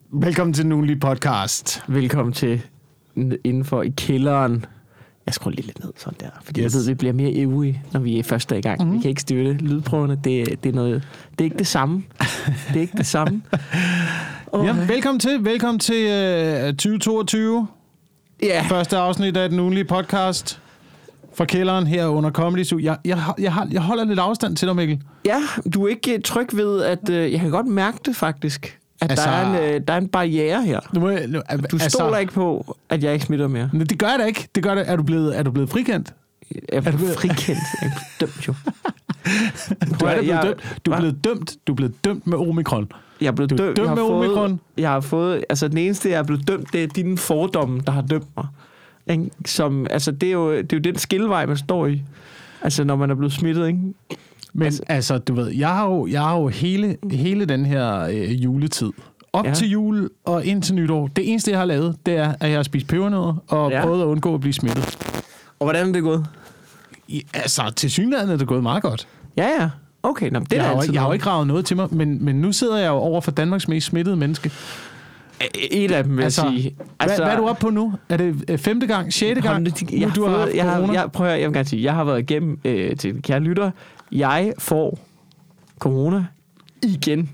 Velkommen til den ugenlige podcast. Velkommen til indenfor i kælderen. Jeg skruer lidt ned sådan der, fordi jeg ved, at vi bliver mere ivrige, når vi er første i gang. Mm-hmm. Vi kan ikke styre det. Lydprøverne, det er ikke det samme. Det er ikke det samme. Ja, velkommen til 2022. Ja. Første afsnit af den ugenlige podcast fra kælderen her under Comedy Zoo. Jeg holder lidt afstand til dig, Mikkel. Ja, du er ikke tryg ved, at jeg kan godt mærke det faktisk. At altså, der er en barriere her. Du stoler ikke på, at jeg ikke smitter mere. Det gør jeg da ikke. Det gør det. Er du blevet frikendt? Jeg er blevet frikendt. Jeg er dømt jo. Du er blevet dømt med omikron. Jeg er blevet dømt med omikron. Jeg har fået, altså den eneste, jeg er blevet dømt, det er dine fordomme, der har dømt mig. Som, altså det er jo den skillevej, man står i. Altså når man er blevet smittet, ikke? Men altså, du ved, jeg har jo hele den her juletid, til jul og ind til nytår. Det eneste, jeg har lavet, det er, at jeg har spist pebernødder og prøvet at undgå at blive smittet. Og hvordan er det gået? Altså, til synligheden er det gået meget godt. Ja. Okay, nå, det jeg har jo ikke ravet noget til mig, men nu sidder jeg jo over for Danmarks mest smittede menneske. Et af dem, vil jeg sige. Altså, hvad er du oppe på nu? Er det 5. gang, 6. gang? Jeg vil gerne sige, jeg har været igennem til kære lytter. Jeg får corona igen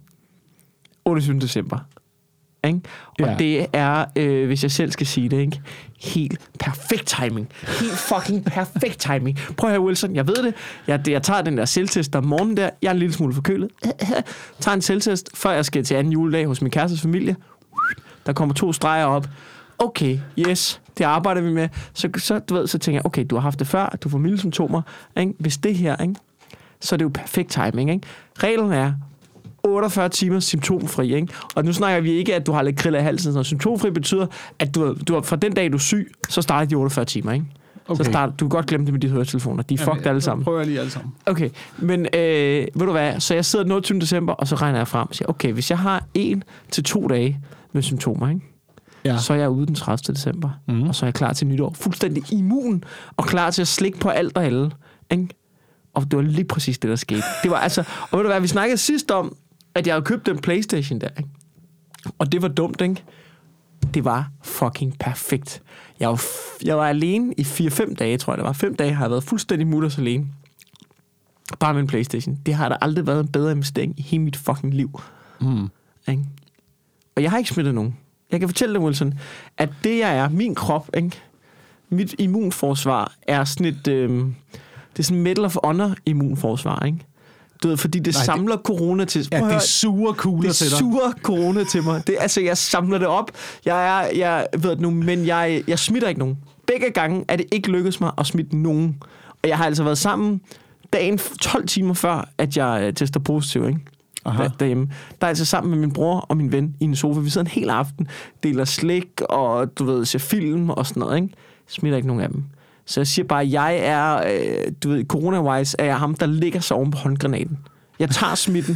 28. december. Ikke? Og det er, hvis jeg selv skal sige det, ikke? Helt perfekt timing. Helt fucking perfekt timing. Prøv at høre, Wilson, jeg ved det. Jeg tager den der selvtest om morgenen der. Jeg er en lille smule forkølet. Tager en selvtest, før jeg skal til anden juledag hos min kærestes familie. Der kommer 2 streger op. Okay, yes, det arbejder vi med. Så tænker jeg, okay, du har haft det før, du får milde symptomer. Ikke? Hvis det her, ikke? Så er det jo perfekt timing. Ikke? Reglen er 48 timer symptomfri. Ikke? Og nu snakker vi ikke, at du har lidt kriller i halsen. Så symptomfri betyder, at du fra den dag, du er syg, så starter de 48 timer. Ikke? Okay. Du kan godt glemme det med de høretelefoner. De er fucked alle sammen. Prøver jeg lige alle sammen. Okay, men ved du hvad? Så jeg sidder den 28. december, og så regner jeg frem og siger, okay, hvis jeg har 1 til 2 dage med symptomer, ikke? Ja. Så er jeg ude den 30. december, og så er jeg klar til nytår. Fuldstændig immun, og klar til at slikke på alt og alle. Ikke? Og det var lige præcis det, der skete. Det var altså, og ved du hvad, vi snakkede sidst om, at jeg havde købt den PlayStation der, ikke? Og det var dumt, ikke? Det var fucking perfekt. Jeg var alene i 4-5 dage, tror jeg det var. 5 dage har jeg været fuldstændig mutters alene. Bare med en PlayStation. Det har der aldrig været en bedre investering i hele mit fucking liv. Ikke? Og jeg har ikke smittet nogen. Jeg kan fortælle dig, Wilson, at det jeg er, min krop, ikke? Mit immunforsvar er sådan et, det er sådan Medal of Honor immunforsvar, ikke? Du ved, fordi det samler corona til... Ja, det suger kugler til dig. Det suger corona til mig. Jeg samler det op. Jeg ved det nu, men jeg smitter ikke nogen. Begge gange er det ikke lykkedes mig at smitte nogen. Og jeg har altså været sammen dagen 12 timer før, at jeg tester positiv, ikke? Derhjemme. Der er altså sammen med min bror og min ven i en sofa. Vi sidder en hel aften, deler slik og du ved, ser film og sådan noget, ikke? Jeg smitter ikke nogen af dem. Så jeg siger bare, at jeg er, du ved, corona-wise, er jeg ham, der ligger sig oven på håndgranaten. Jeg tager smitten.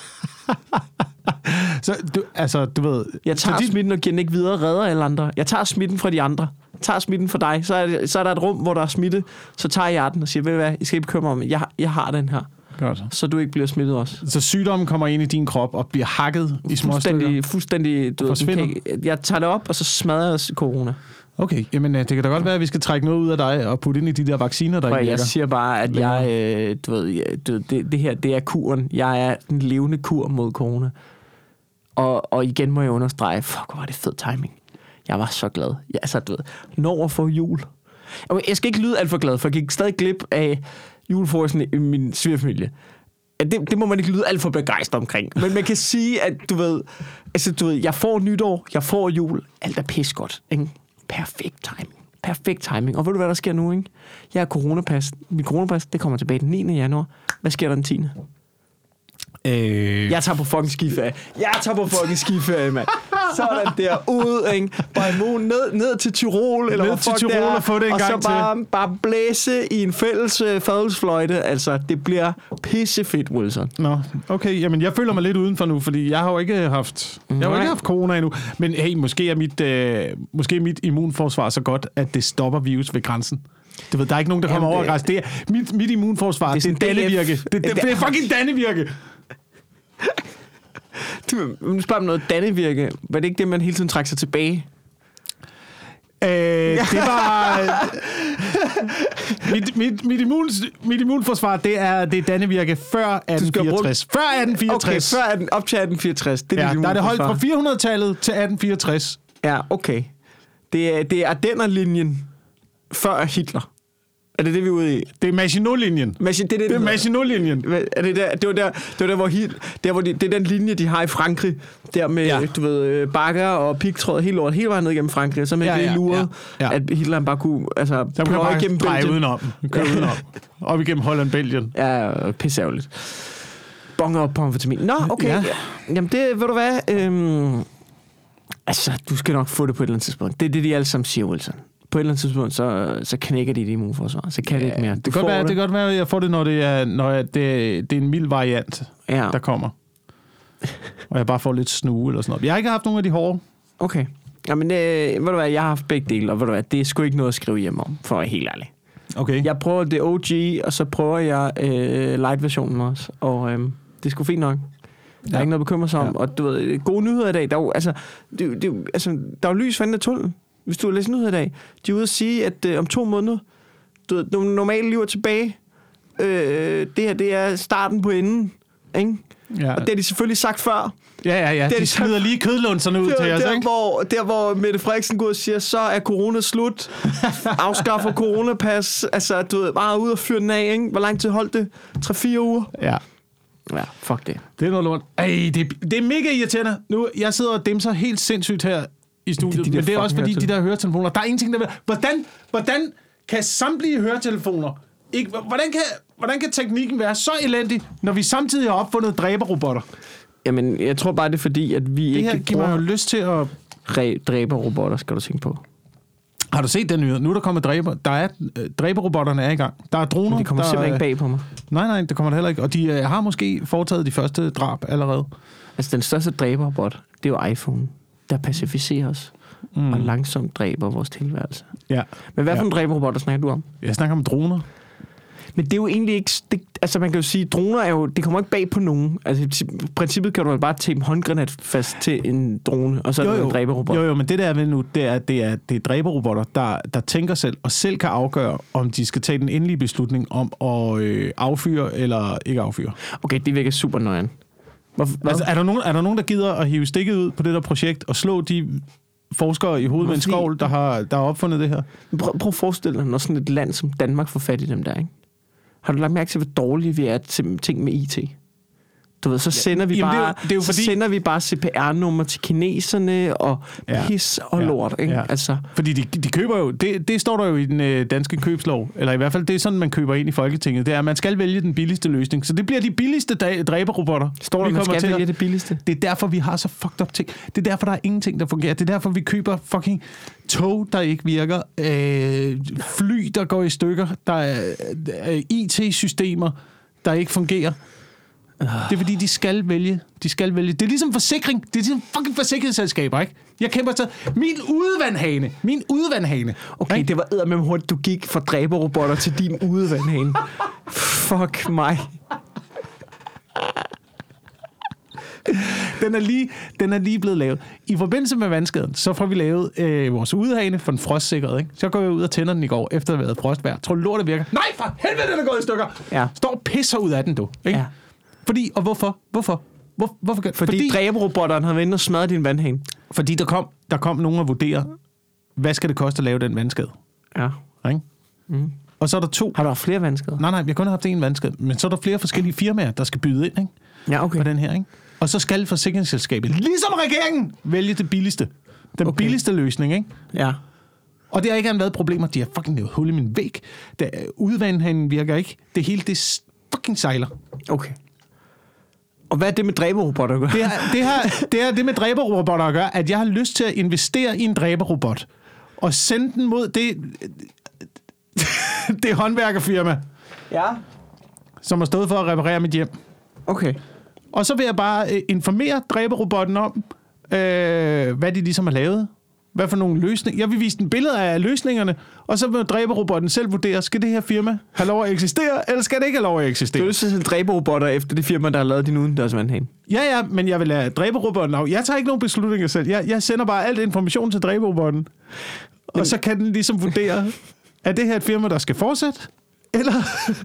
Så du ved... Jeg tager smitten og giver den ikke videre, redder alle andre. Jeg tager smitten fra de andre. Jeg tager smitten fra dig. Så er der et rum, hvor der er smitte. Så tager jeg den og siger, ved du hvad, I skal ikke bekymre mig. Jeg har den her. Godt. Så du ikke bliver smittet også. Så sygdommen kommer ind i din krop og bliver hakket i små stykker? Fuldstændig. Jeg tager det op, og så smadrer jeg corona. Okay, jamen det kan da godt være, at vi skal trække noget ud af dig og putte ind i de der vacciner, der ikke virker. Jeg siger bare, at det her, det er kuren. Jeg er den levende kur mod corona. Og igen må jeg understrege, fuck, hvor var det fed timing. Jeg var så glad. Når at få jul. Jeg skal ikke lyde alt for glad, for jeg gik stadig glip af julefrokosten i min svigerfamilie. Det må man ikke lyde alt for begejstret omkring. Men man kan sige, at du ved, jeg får nytår, jeg får jul, alt er pis godt, ikke? Perfekt timing. Og ved du, hvad der sker nu, ikke? Jeg har coronapas. Mit coronapas, det kommer tilbage den 9. januar. Hvad sker der den 10.? Jeg tager på fucking skiferie. Mand. Sådan der, ud, ikke? Bare ned til Tyrol, eller ned til Tyrol og få det en gang til. Og så bare blæse i en fælles fadelsfløjte. Altså, det bliver pissefedt, Wilson. Nå, okay. Jamen, jeg føler mig lidt udenfor nu, fordi jeg har jo ikke haft corona endnu. Men hey, måske er mit immunforsvar så godt, at det stopper virus ved grænsen. Du ved, der er ikke nogen, der kommer over og græs. Det er mit immunforsvar. Det er Dannevirke. Det er fucking Dannevirke. Nu spørger man noget Dannevirke. Var det ikke det, man hele tiden trak sig tilbage? Det var... mit immunforsvar, det er Dannevirke før 1864. Før 1864. Okay, op til 1864. Det er der er det holdt fra 400-tallet til 1864. Ja, okay. Det er Ardennerlinjen før Hitler. Er det vi er ude i? Det er Maginot-linjen. Det er Maginot-linjen. Er det der? Det var der, hvor det er den linje, de har i Frankrig. Der med, du ved, bakker og pigtråd hele vejen ned igennem Frankrig. Så med det luret, at Hitler bare kunne pløje igennem Belgien. Udenom. Køre udenom. Op igennem Holland, Belgien. Ja, pisseærgerligt. Bonger op på amfetamin. Nå, okay. Ja. Jamen det, ved du hvad? Du skal nok få det på et eller andet tidspunkt. Det er det, de alle sammen siger, Wilson. På et eller andet tidspunkt, så knækker de det immunforsvar. Så kan det ikke mere. Det kan godt være, at jeg får det, når det er en mild variant, der kommer. Og jeg bare får lidt snue eller sådan noget. Jeg har ikke haft nogen af de hårde. Okay. Jamen, ved du hvad, jeg har haft begge dele, og ved du hvad, det er sgu ikke noget at skrive hjem om, for at være helt ærlig. Okay. Jeg prøver det OG, og så prøver jeg light-versionen også, og det er sgu fint nok. Der er ikke noget at bekymre sig om, og du ved, gode nyheder i dag, der er jo lys for enden af tunnelen. Hvis du har læst nyheder i dag, de er ude at sige, at om 2 måneder, du ved, nogle normale liv er tilbage. Det her, det er starten på enden, ikke? Ja. Og det har de selvfølgelig sagt før. Ja. De smider lige kødlunserne ud til os, ikke? Der, hvor Mette Frederiksen går og siger, så er corona slut. Afskaffer coronapas. Altså, du ved, bare ud og fyre den af, ikke? Hvor lang tid holdt det? 3-4 uger? Ja. Ja, fuck det. Det er noget lort. Det er mega irriterende. Nu, jeg sidder og dimser helt sindssygt her i studiet, men det er også fordi, de der høretelefoner, der er ingenting, der vil... Hvordan kan samtlige høretelefoner... Ikke, hvordan kan teknikken være så elendig, når vi samtidig har opfundet dræberrobotter? Jamen, jeg tror bare, det er fordi, at vi det ikke... Det her giver mig jo lyst til at... Dræberrobotter, skal du tænke på. Har du set den nyhed? Nu er der kommet dræberrobotterne er i gang. Der er droner. De kommer simpelthen ikke bag på mig. Nej, det kommer der heller ikke. Og de har måske foretaget de første drab allerede. Altså, den største dræberrobot, det er jo iPhone, der pacificerer os og langsomt dræber vores tilværelse. Ja. Men hvad for en dræberrobotter snakker du om? Jeg snakker om droner. Men det er jo egentlig ikke... Altså, man kan jo sige, droner er jo... Det kommer ikke bag på nogen. Altså, i princippet kan du bare tape en håndgranat fast til en drone, og så er det en dræberrobot. Jo, men det der er ved nu, det er dræberrobotter, der tænker selv, og selv kan afgøre, om de skal tage den endelige beslutning om at affyre eller ikke affyre. Okay, det virker super nøjeren. Altså, er der nogen, der gider at hive stikket ud på det der projekt, og slå de forskere i hovedet med en skovl, der har opfundet det her? Prøv at forestille dig, når sådan et land som Danmark får fat i dem der, ikke? Har du lagt mærke til, hvor dårlige vi er til ting med IT? Du ved, så sender vi sender vi bare CPR-nummer til kineserne og pis og lort, ikke? Ja. Altså. Fordi de køber jo, det står der jo i den danske købslov, eller i hvert fald det er sådan, man køber ind i Folketinget, det er, at man skal vælge den billigste løsning. Så det bliver de billigste dræberrobotter. Står der, man skal vælge det billigste? Det er derfor, vi har så fucked up ting. Det er derfor, der er ingenting, der fungerer. Det er derfor, vi køber fucking tog, der ikke virker, fly, der går i stykker, der er IT-systemer, der ikke fungerer. Det er fordi, de skal vælge. Det er ligesom forsikring. Det er ligesom fucking forsikringsselskaber, ikke? Jeg kæmper til min udevandhane. Okay, ikke? Det var eddermame hurtigt, du gik fra dræberrobotter til din udevandhane. Fuck mig. Den er lige blevet lavet. I forbindelse med vandskaden, så får vi lavet vores udehane for den frostsikret, ikke? Så går jeg ud og tænder den i går, efter at have været frostvejr. Tror du lortet virker? Nej, for helvede, den er gået i stykker. Ja. Står og pisser ud af den, du. Ikke? Ja. Fordi, og hvorfor? Fordi dræberrobotteren har været inde og smadret din vandhane. Fordi der kom nogen at vurdere, hvad skal det koste at lave den vandskade? Ja. Ikke? Mm. Og så er der 2... Har du haft flere vandskader? Nej, jeg kun har haft 1 vandskade. Men så er der flere forskellige firmaer, der skal byde ind, ikke? Ja, okay. På den her, ikke? Og så skal forsikringsselskabet, ligesom regeringen, vælge det billigste. Den billigste løsning, ikke? Ja. Og det har ikke været problemer. De har fucking lavet hul i min væg. Udvandhanen virker ikke. Det hele, det fucking sejler. Okay. Og hvad er det med dræberrobotter at gøre? Det er det med dræberrobotter at gøre, at jeg har lyst til at investere i en dræberrobot. Og sende den mod det håndværkerfirma. Ja. Som har stået for at reparere mit hjem. Okay. Og så vil jeg bare informere dræberrobotten om, hvad de ligesom har lavet. hvad for nogle løsninger. Jeg vil vise den billeder af løsningerne, og så vil dræberrobotten selv vurdere, skal det her firma have lov at eksistere, eller skal det ikke have lov at eksistere? Du vil så dræberrobotter efter det firma, der har lavet din udendørsvandhane. Ja, men jeg vil lade dræberrobotten. Jeg tager ikke nogen beslutninger selv. Jeg sender bare alt information til dræberrobotten, og så kan den ligesom vurdere, er det her et firma, der skal fortsætte, eller...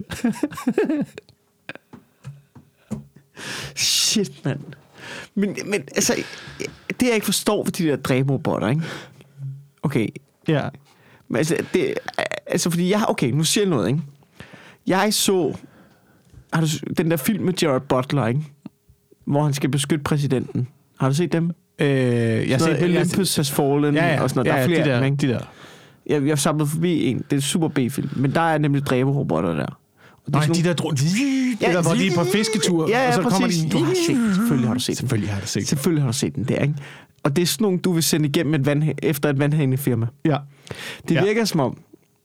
Shit, mand. Men altså, det jeg ikke forstår ved de der dræberrobotter, ikke? Okay. Ja. Men altså, fordi okay, nu siger jeg noget, ikke? Jeg så den der film med Gerard Butler, ikke? Hvor han skal beskytte præsidenten. Har du set dem? Jeg har set Olympus Has Fallen og sådan noget. Der er flere af dem, ikke? De der. Jeg har samlet forbi en. Det er super B-film. Men der er nemlig dræberrobotter der. Nej, de der hvor de er på fisketur, ja, og så kommer de... Du har set den. Selvfølgelig har du set den. Selvfølgelig har du set den der, ikke? Og det er sådan nogle, du vil sende igennem efter et vandhanefirma. Ja. Det virker som om,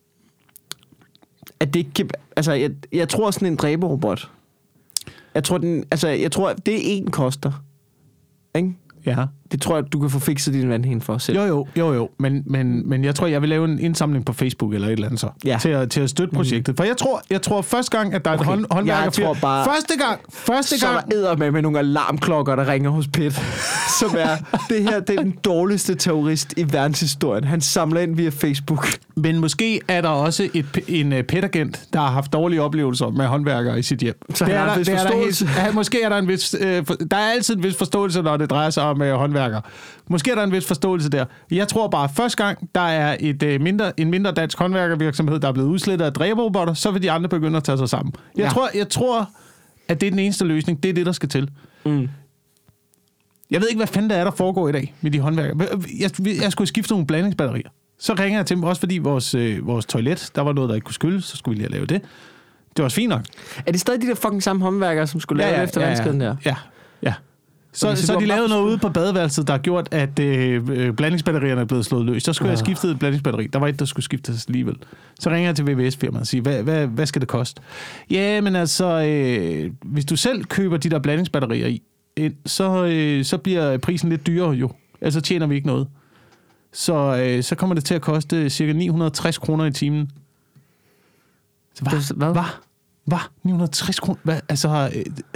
at det ikke... Altså, jeg tror sådan en dræberrobot. Jeg tror, at det en koster. Ikke? Ja. Det tror jeg, du kan få fikset din vandhane for selv. Jo. Men jeg tror, jeg vil lave en indsamling på Facebook eller et eller andet så. Ja. Til at støtte projektet. For jeg tror første gang, at der er et håndværkerfirma... Første gang... Så er der med nogle alarmklokker, der ringer hos PET. Som er... Det her, det er den dårligste terrorist i verdenshistorien. Han samler ind via Facebook. Men måske er der også en PET-agent, der har haft dårlige oplevelser med håndværkere i sit hjem. Så der er en vis forståelse. Måske er der en vis... Der er altid en vis forståelse, når det drejer sig om håndværkere. Måske er der en vis forståelse der. Jeg tror bare, at første gang, der er en mindre dansk håndværkervirksomhed, der er blevet udslettet af dræberrobotter, så vil de andre begynde at tage sig sammen. Jeg tror, at det er den eneste løsning. Det er det, der skal til. Mm. Jeg ved ikke, hvad fanden der er, der foregår i dag med de håndværkere. Jeg skulle skifte nogle blandingsbatterier. Så ringer jeg til dem, også fordi vores toilet, der var noget, der ikke kunne skylles, så skulle vi lige lave det. Det var også fint nok. Er det stadig de der fucking samme håndværkere, som skulle lave det efter vandskeden der? Ja. Så de lavede noget ude på badeværelset, der har gjort, at blandingsbatterierne er blevet slået løs. Så skulle jeg skifte et blandingsbatteri. Der var et, der skulle skiftes alligevel. Så ringer jeg til VVS-firmaet og siger, hvad skal det koste? Ja, men altså, hvis du selv køber de der blandingsbatterier så bliver prisen lidt dyrere jo. Altså tjener vi ikke noget. Så kommer det til at koste cirka 960 kroner i timen. Hvad? 960 kroner? Hvad? Altså...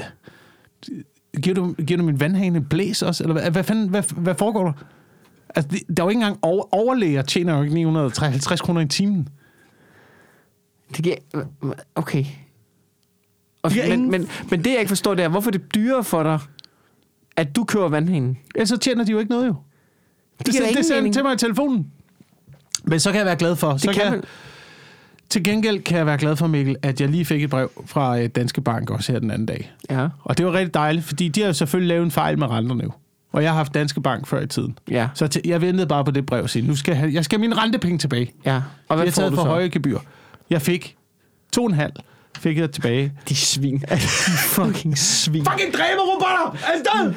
Giver du min vandhane en blæs også? Eller hvad foregår der? Altså, der er jo ikke engang overlæger tjener jo ikke 950 kroner i timen. Det giver... Okay. Men det jeg ikke forstår, det er, hvorfor det er dyrere for dig, at du kører vandhanen? Ja, så tjener de jo ikke noget jo. Det sender til mig i telefonen. Men så kan jeg være glad for... Til gengæld kan jeg være glad for, Mikkel, at jeg lige fik et brev fra Danske Bank også her den anden dag. Ja. Og det var rigtig dejligt, fordi de har selvfølgelig lavet en fejl med renterne jo. Og jeg har haft Danske Bank før i tiden. Ja. Så jeg ventede bare på det brev og sige, nu skal jeg skal have mine rentepenge tilbage. Ja. Og hvad får du så? For høje gebyr. Jeg fik 2,5 fik jeg tilbage. De svin. De fucking svin. Fucking dræberrobotter! Afsted!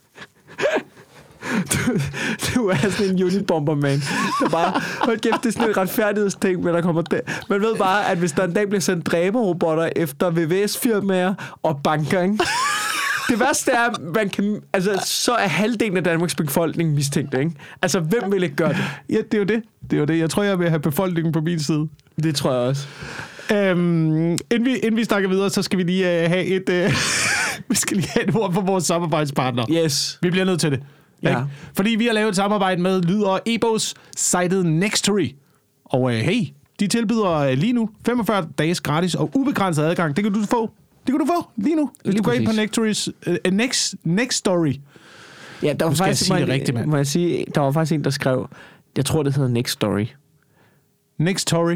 Du er sådan en unibomber, man. Der bare, hold kæft, det er sådan en retfærdighedsting, men der kommer der. Man ved bare, at hvis der en dag bliver sendt dræberrobotter efter VVS-firmaer og banker, ikke? Det værste er, man kan, altså, så er halvdelen af Danmarks befolkning mistænkt, ikke? Altså, hvem vil ikke gøre det? Ja, det er jo det. Det er jo det. Jeg tror, jeg vil have befolkningen på min side. Det tror jeg også. Inden vi snakker videre, så skal vi lige have vi skal lige have et ord for vores samarbejdspartner. Yes. Vi bliver nødt til det. Ja. Fordi vi har lavet et samarbejde med lyd- og e-bogs-sitet Nextory. Og hey, de tilbyder lige nu 45 dages gratis og ubegrænset adgang. Det kan du få. Det kan du få lige nu, hvis du går ind på Nextorys Nextory. Ja, der var faktisk må jeg sige, der var faktisk en, der skrev, jeg tror det hedder Nextory. Nextory.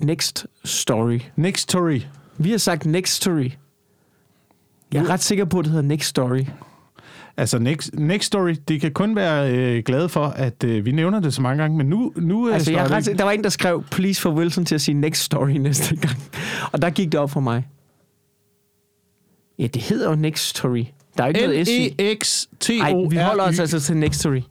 Nextory. Vi har sagt Nextory. Jeg er ret sikker på, at det hedder Nextory. Altså, Nextory, det kan kun være glade for, at vi nævner det så mange gange, men nu altså, der var en, der skrev, please for Wilson til at sige Nextory næste gang. Og der gik det op for mig. Ja, det hedder jo Nextory. Der er ikke noget N-E-X-T-O-R-Y. Nej, vi holder os altså til Nextory.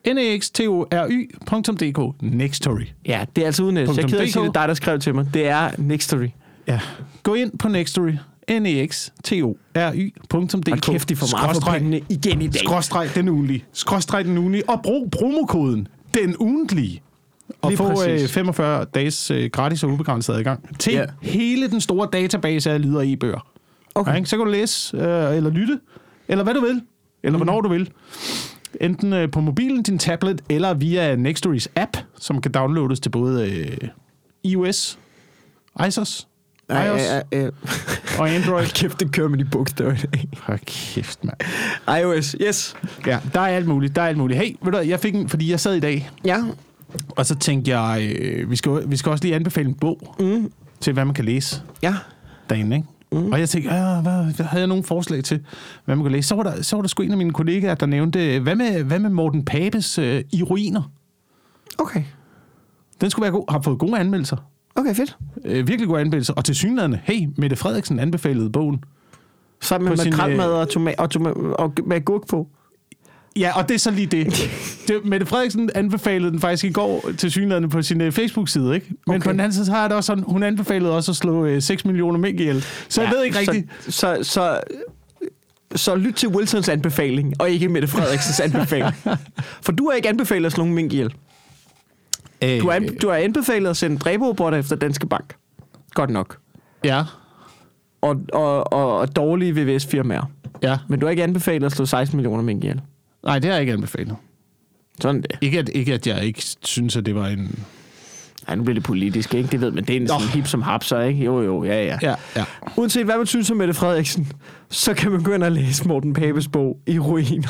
Nextory.dk. Nextory. Ja, det er altså uden næste. Jeg keder ikke, det er dig, der skrev til mig. Det er Nextory. Ja. Gå ind på Nextory. nextory.dk. Og kæft, de får meget for pengene igen i dag. Skråstreg den ugenlige. Og brug promokoden den ugentlige. Og Lige få præcis. 45 dages gratis og ubegrænset adgang til hele den store database af lyd- og e-bøger. Okay. Ja, ikke? Så kan du læse, eller lytte, eller hvad du vil, eller hvornår du vil. Enten på mobilen, din tablet, eller via Nextorys app, som kan downloades til både iOS, iOS og Android. Kæft, det kører med de bogstaver i dag. Hold kæft, mand. iOS, yes. Ja, der er alt muligt, Hey, ved du, jeg fik en, fordi jeg sad i dag, Ja. og så tænkte jeg, vi skal også lige anbefale en bog til, hvad man kan læse derinde, ikke? Og jeg tænkte, hvad havde jeg nogle forslag til, hvad man kan læse? Så var der sgu en af mine kollegaer, der nævnte, hvad med Morten Papes I ruiner? Okay. Den skulle være god, har fået gode anmeldelser. Okay, fedt. Virkelig gode anmeldelser. Og til synligheden, hey, Mette Frederiksen anbefalede bogen. Sammen med makrelmad og med gurk på. Ja, og det er så lige det. Mette Frederiksen anbefalede den faktisk i går til synligheden på sin Facebook-side, ikke? Men på den anden side, så har det også sådan, hun anbefalede også at slå 6 millioner mink ihjel. Så jeg ved ikke rigtigt. Så lyt til Wilsons anbefaling, og ikke Mette Frederiksens anbefaling. For du har ikke anbefalet at slå nogen mink ihjel. Du har anbefalet at sende dræberrobotter efter Danske Bank. Godt nok. Ja. Og dårlige VVS-firmaer. Ja. Men du har ikke anbefalet at slå 16 millioner mink ihjel. Nej, det har jeg ikke anbefalet. Sådan det. Ikke at jeg ikke synes, at det var en... Nej, nu bliver det politisk, ikke? Det ved man. Det er en sådan hip som hapser, ikke? Jo, ja. Uanset hvad man synes om Mette Frederiksen, så kan man gå ind og læse Morten Papes bog I ruiner.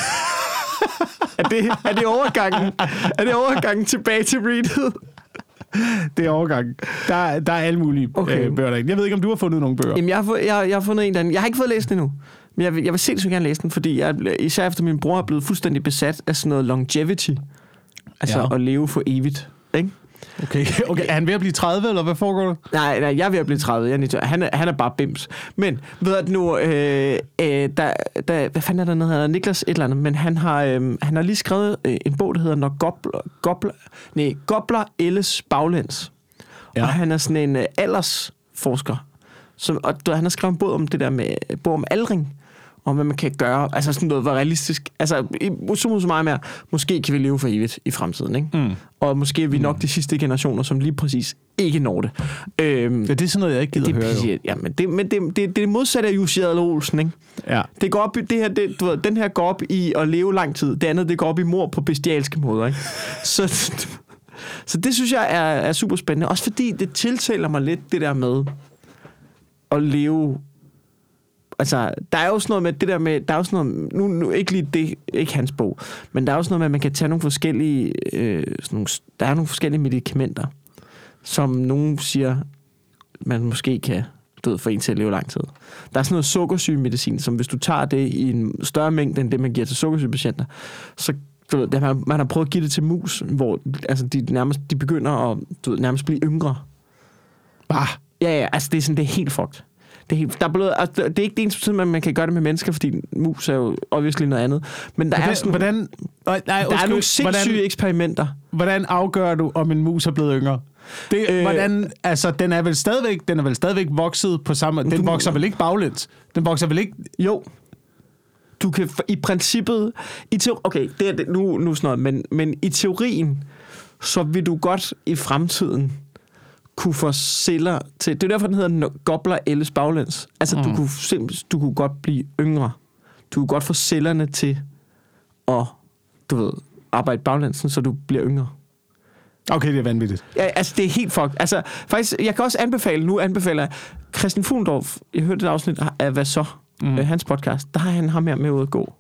Er det overgangen? Er det overgangen tilbage til readet? Det er overgangen. Der er alle mulige bøger derinde. Jeg ved ikke, om du har fundet nogle bøger. Jamen, jeg har fundet en derinde. Jeg har ikke fået læst den endnu. Men jeg vil sindssygt gerne læse den, fordi især efter min bror er blevet fuldstændig besat af sådan noget longevity. Altså at leve for evigt, ikke? Okay, er han ved at blive 30, eller hvad foregår der? Nej, jeg er ved at blive 30. Han er bare bims. Men ved du nu, hvad fanden er der noget, Niklas et eller andet, men han har lige skrevet en bog, der hedder Når gobler ældes baglæns. Ja. Og han er sådan en aldersforsker. Og han har skrevet en bog om det der med bog om aldring. Om hvad man kan gøre, altså sådan noget var realistisk. Altså, så meget mere. Måske kan vi leve for evigt i fremtiden, ikke? Mm. Og måske er vi nok de sidste generationer, som lige præcis ikke når det. Det er sådan noget, jeg ikke gider at høre, jo. Ja, men det modsatte af Jussi Adler Olsen, ikke? Ja. Det går op i, du ved, den her går op i at leve lang tid. Det andet, det går op i mord på bestialske måder, ikke? Så det synes jeg er super spændende. Også fordi det tiltaler mig lidt, det der med at leve... Altså, der er jo sådan noget med det der med, der er jo sådan noget, nu ikke lige det, ikke hans bog, men der er jo sådan noget med, at man kan tage nogle forskellige, der er nogle forskellige medicamenter, som nogen siger, man måske kan få en til at leve lang tid. Der er sådan noget sukkersygemedicin, som hvis du tager det i en større mængde, end det man giver til sukkersygepatienter, så man har prøvet at give det til mus, hvor altså, de begynder at nærmest blive yngre. Ja, altså det er helt fucked. Det er ikke det eneste, man kan gøre det med mennesker, fordi mus er jo obviously noget andet. Men der er sådan, der er nogle sindssyge eksperimenter. Hvordan afgør du, om en mus er blevet yngre? Altså, den er vel stadigvæk vokset på samme... Den vokser vel ikke baglæns? Den vokser vel ikke... Jo. Du kan i princippet... Okay, det er nu sådan noget, men i teorien, så vil du godt i fremtiden kunne få celler til... Det er derfor, den hedder gobler ældes baglæns. Altså, du kunne godt blive yngre. Du kunne godt få cellerne til at, arbejde baglæns, så du bliver yngre. Okay, det er vanvittigt. Ja, altså, det er helt fucked. Altså, faktisk, jeg kan også anbefale Christian Fuglendorf. Jeg hørte et afsnit af Hvad så? Hans podcast. Der har han ham her med ude at gå.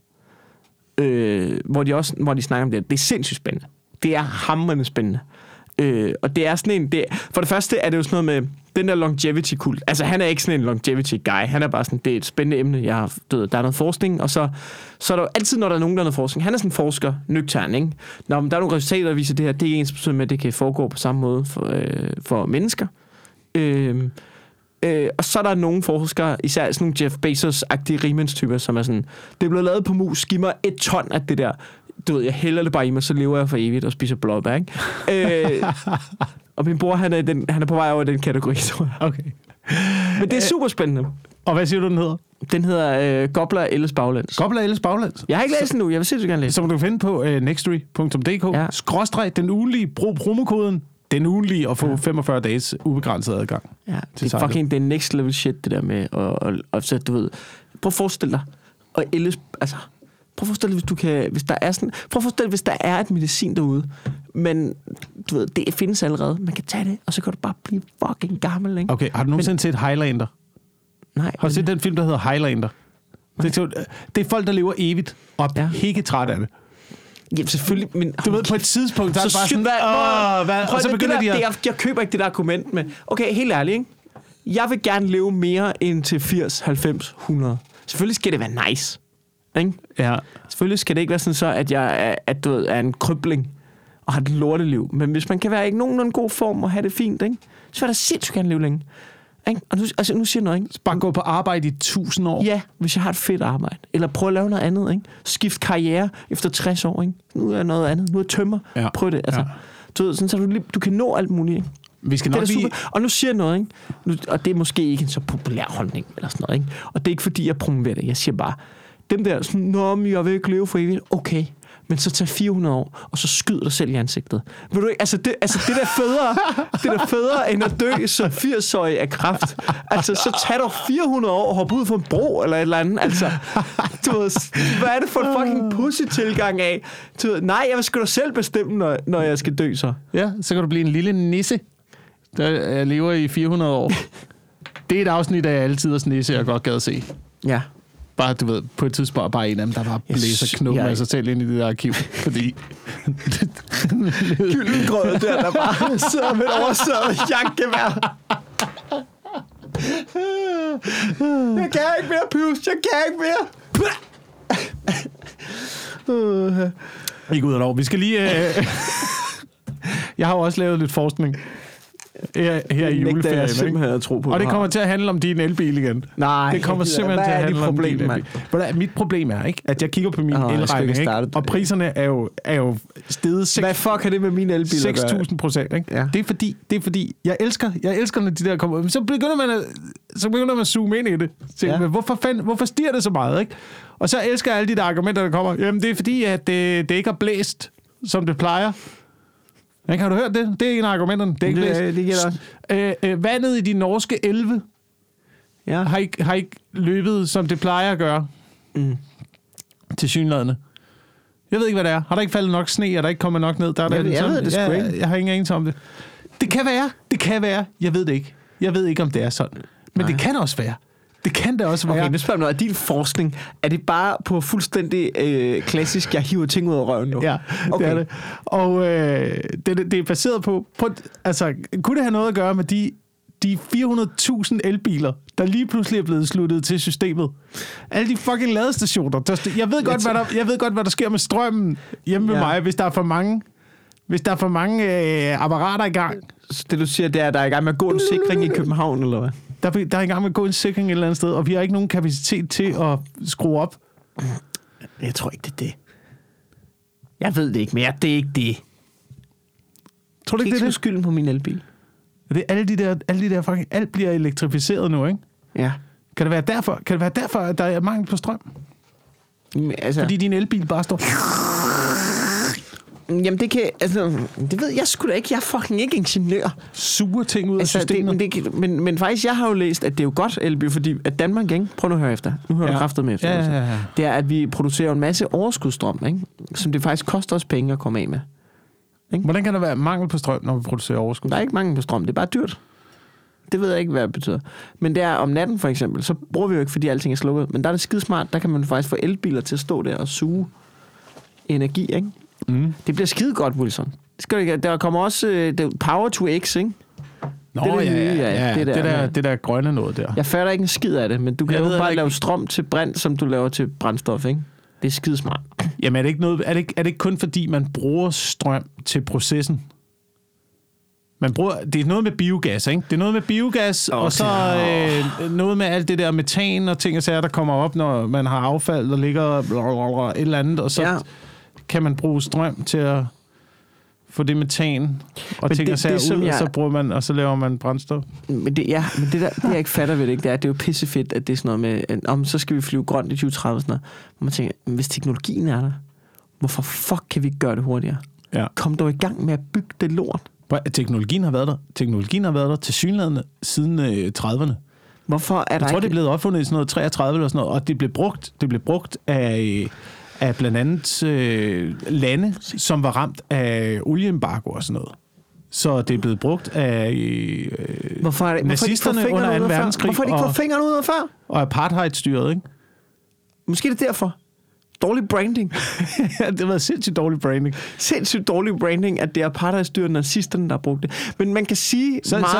Hvor de snakker om det. Det er sindssygt spændende. Det er hamrende spændende. Og det er sådan en... For det første er det jo sådan noget med den der longevity-kult. Altså, han er ikke sådan en longevity-guy. Han er bare sådan, det er et spændende emne. Der er noget forskning, og så er der jo altid, når der er nogen, der er noget forskning. Han er sådan en forsker, nøgtern, ikke? Når der er nogle resultater, der viser det her, det er ikke ens betydning med, at det kan foregå på samme måde for mennesker. Og så er der nogle forskere, især sådan nogle Jeff Bezos-agtige rigmandstyper, som er sådan, det er blevet lavet på mus, giv mig 1 ton af det der. Jeg hælder det bare i mig, så lever jeg for evigt og spiser blåbær, ikke? Og min bror, han er på vej over den kategori, tror jeg. Okay. Men det er super spændende. Og hvad siger du, den hedder? Den hedder Gobler Elles Baglæns. Gobler Elles Baglæns. Jeg har ikke læst den nu. Jeg vil sindssygt gerne læse. Så må du finde på nextory.dk. Skråstreg den ugenlige. Brug promokoden den ugenlige og få 45 dages ubegrænset adgang. Ja, det er fucking det next level shit, det der med at så du ved. Prøv at forestille dig. Og ellers, altså, prøv at forestille dig, hvis der er et medicin derude, men du ved, det findes allerede. Man kan tage det, og så kan du bare blive fucking gammel, ikke? Okay, har du nogensinde set Highlander? Nej. Har du set den film, der hedder Highlander? Det er folk, der lever evigt, og er ikke træt af det. Ja, selvfølgelig, men... Du ved, på et tidspunkt, der er det bare sådan... og så begynder de at... Jeg køber ikke det der argument med... Okay, helt ærligt, ikke? Jeg vil gerne leve mere end til 80, 90, 100. Selvfølgelig skal det være nice. Ikke? Ja. Selvfølgelig skal det ikke være sådan så, at jeg er en krybling og har et lorteliv. Men hvis man kan være i nogenlunde god form og have det fint, ikke? Så vil jeg da sindssygt gerne leve længe. Ikke? Og nu siger jeg noget, ikke? Bare gå på arbejde i 1000 år. Ja, hvis jeg har et fedt arbejde. Eller prøv at lave noget andet, ikke? Skift karriere efter 60 år, ikke? Nu er noget andet. Nu er tømmer. Ja. Prøv det. Altså, du ved, sådan, så du kan nå alt muligt, ikke? Vi skal nok lige... Og nu siger jeg noget, ikke? Og det er måske ikke en så populær holdning, eller sådan noget, ikke? Og det er ikke fordi, jeg promoverer det. Jeg siger bare, dem der sådan, nå, jeg vil ikke leve for evigt. Okay, men så tag 400 år, og så skyd dig selv i ansigtet. Ved du ikke, det der federe end at dø som 80-årig af kræft. Altså, så tag dig 400 år og hoppe ud for en bro, eller et eller andet. Altså, du ved, hvad er det for en fucking pussy-tilgang af? Du ved, nej, jeg vil sgu da selv bestemme, når jeg skal dø så. Ja, så kan du blive en lille nisse, der lever i 400 år. Det er et afsnit af Altiders Nisse, jeg godt gad at se. Ja. Bare, du ved, på et tidspunkt bare en af dem, der bare blæser knogen af sig selv ind i det der arkiv. Fordi... Gyldengrød der bare sidder med et oversaget jagtgevær. Jeg kan ikke mere, Pius. Jeg kan ikke mere. Ikke ud af lov. Vi skal lige... Jeg har jo også lavet lidt forskning her i juleferien. Simpelthen at tro på. Og det kommer til at handle om din elbil igen. Nej. Det kommer simpelthen til at handle om din elbil. Mit problem er, ikke, at jeg kigger på min elregning, ikke, og priserne er jo steget hvad fuck er det med min elbil? 6.000%, ikke? Ja. Det er fordi jeg elsker når de der kommer. Så begynder man at zoome ind i det. Så, hvorfor stiger det så meget, ikke? Og så elsker jeg alle de der argumenter, der kommer. Jamen, det er fordi, at det ikke har blæst, som det plejer. Har du hørt det? Det er en af argumenterne. Det vandet i de norske elve har ikke løbet, som det plejer at gøre. Tilsyneladende. Jeg ved ikke, hvad det er. Har der ikke faldet nok sne? Er der ikke kommet nok ned? Jeg ved det sgu ikke. Jeg har ingen anelse om det. Det kan være. Jeg ved det ikke. Jeg ved ikke, om det er sådan. Men det kan også være. Det kan det også være. Okay, nu spørger jeg noget. Er din forskning, er det bare på fuldstændig klassisk, jeg hiver ting ud af røven nu? Ja, okay. Det er det. Og det er baseret på... Altså, kunne det have noget at gøre med de 400.000 elbiler, der lige pludselig er blevet sluttet til systemet? Alle de fucking ladestationer. Jeg ved godt, hvad der sker med strømmen hjemme med mig, hvis der er for mange... Hvis der er for mange apparater i gang. Så det du siger, det er, at der er i gang med at gå en sikring i København, eller hvad? Der er i gang med at gå en sikring et eller andet sted, og vi har ikke nogen kapacitet til at skrue op. Jeg tror ikke, det er det. Jeg ved det ikke, men det er ikke det. Tror du ikke, det er skylden på min elbil? Det er alle de der fucking... Alt bliver elektrificeret nu, ikke? Ja. Kan det være derfor, at der er mangel på strøm? Altså... Fordi din elbil bare står... Jamen det kan, altså, det ved jeg sgu da ikke. Jeg er fucking ikke ingeniør. Suger ting ud af systemet. Men faktisk, jeg har jo læst, at det er jo godt elbil, fordi at Danmark, ikke? Prøv nu at høre efter. Nu hører du kraftet med efter. Ja. Det er, at vi producerer en masse overskudsstrøm, ikke? Som det faktisk koster os penge at komme af med. Ikke? Hvordan kan der være mangel på strøm, når vi producerer overskud? Der er ikke mangel på strøm, det er bare dyrt. Det ved jeg ikke, hvad det betyder. Men det er om natten for eksempel, så bruger vi jo ikke, fordi alting er slukket. Men der er det skidesmart, der kan man faktisk få elbiler til at stå der og suge energi, ikke? Mm. Det bliver skide godt, Wilson. Der kommer også Power to X, ikke? Nå, det der grønne noget der. Jeg fatter ikke en skid af det, men du kan jo bare lave strøm til brint, som du laver til brændstof, ikke? Det er skidesmart. Jamen er det ikke kun fordi, man bruger strøm til processen? Det er noget med biogas, ikke? Det er noget med biogas, okay. Og så noget med alt det der metan og ting og sager, der kommer op, når man har affald, der ligger et eller andet, og så kan man bruge strøm til at få det metan og Men ting og sager ud, og så bruger man, og så laver man brændstof. Men det der, det jeg ikke fatter ved det, ikke, det er jo pissefedt, at det er sådan noget med, så skal vi flyve grønt i 2030, sådan noget. Og man tænker, hvis teknologien er der, hvorfor fuck kan vi ikke gøre det hurtigere? Ja. Kom dog i gang med at bygge det lort. Teknologien har været der. Teknologien har været der til synligheden siden 30'erne. Hvorfor er der jeg tror, ikke... det er blevet opfundet i sådan noget 33 eller sådan noget, og det blev brugt af blandt andet lande, som var ramt af olieembargo og sådan noget. Så det er blevet brugt af nazisterne under 2. verdenskrig. Hvorfor har de ikke fået fingrene ud af før? Og apartheidstyret, ikke? Måske det er derfor. Dårlig branding. Ja, det har været sindssygt dårlig branding. Sindssygt dårlig branding, at det er apartheidstyret nazisterne, der har brugt det. Men man kan sige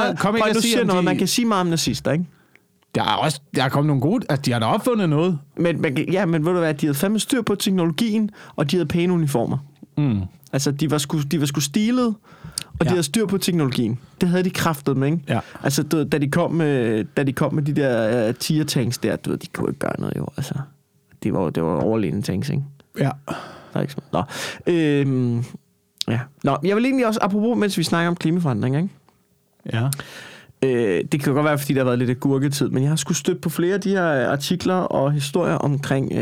man kan sige meget om nazister, ikke? Der er kommet nogle gode... Altså, de har da opfundet noget. Men ved du hvad, de havde fandme styr på teknologien, og de havde pæne uniformer. Mm. Altså, de var sgu stilet, og de havde styr på teknologien. Det havde de kraftet med, ikke? Ja. Altså, da de kom med de der tier-tanks der, de kunne ikke gøre noget, jo. Altså, det var overlegne tanks, ikke? Ja. Der er ikke sådan. Nå. Ja. Nå, jeg vil egentlig også, apropos, mens vi snakker om klimaforandring, ikke? Ja. Det kan godt være, fordi der har været lidt gurketid, men jeg har sgu stødt på flere af de her artikler og historier omkring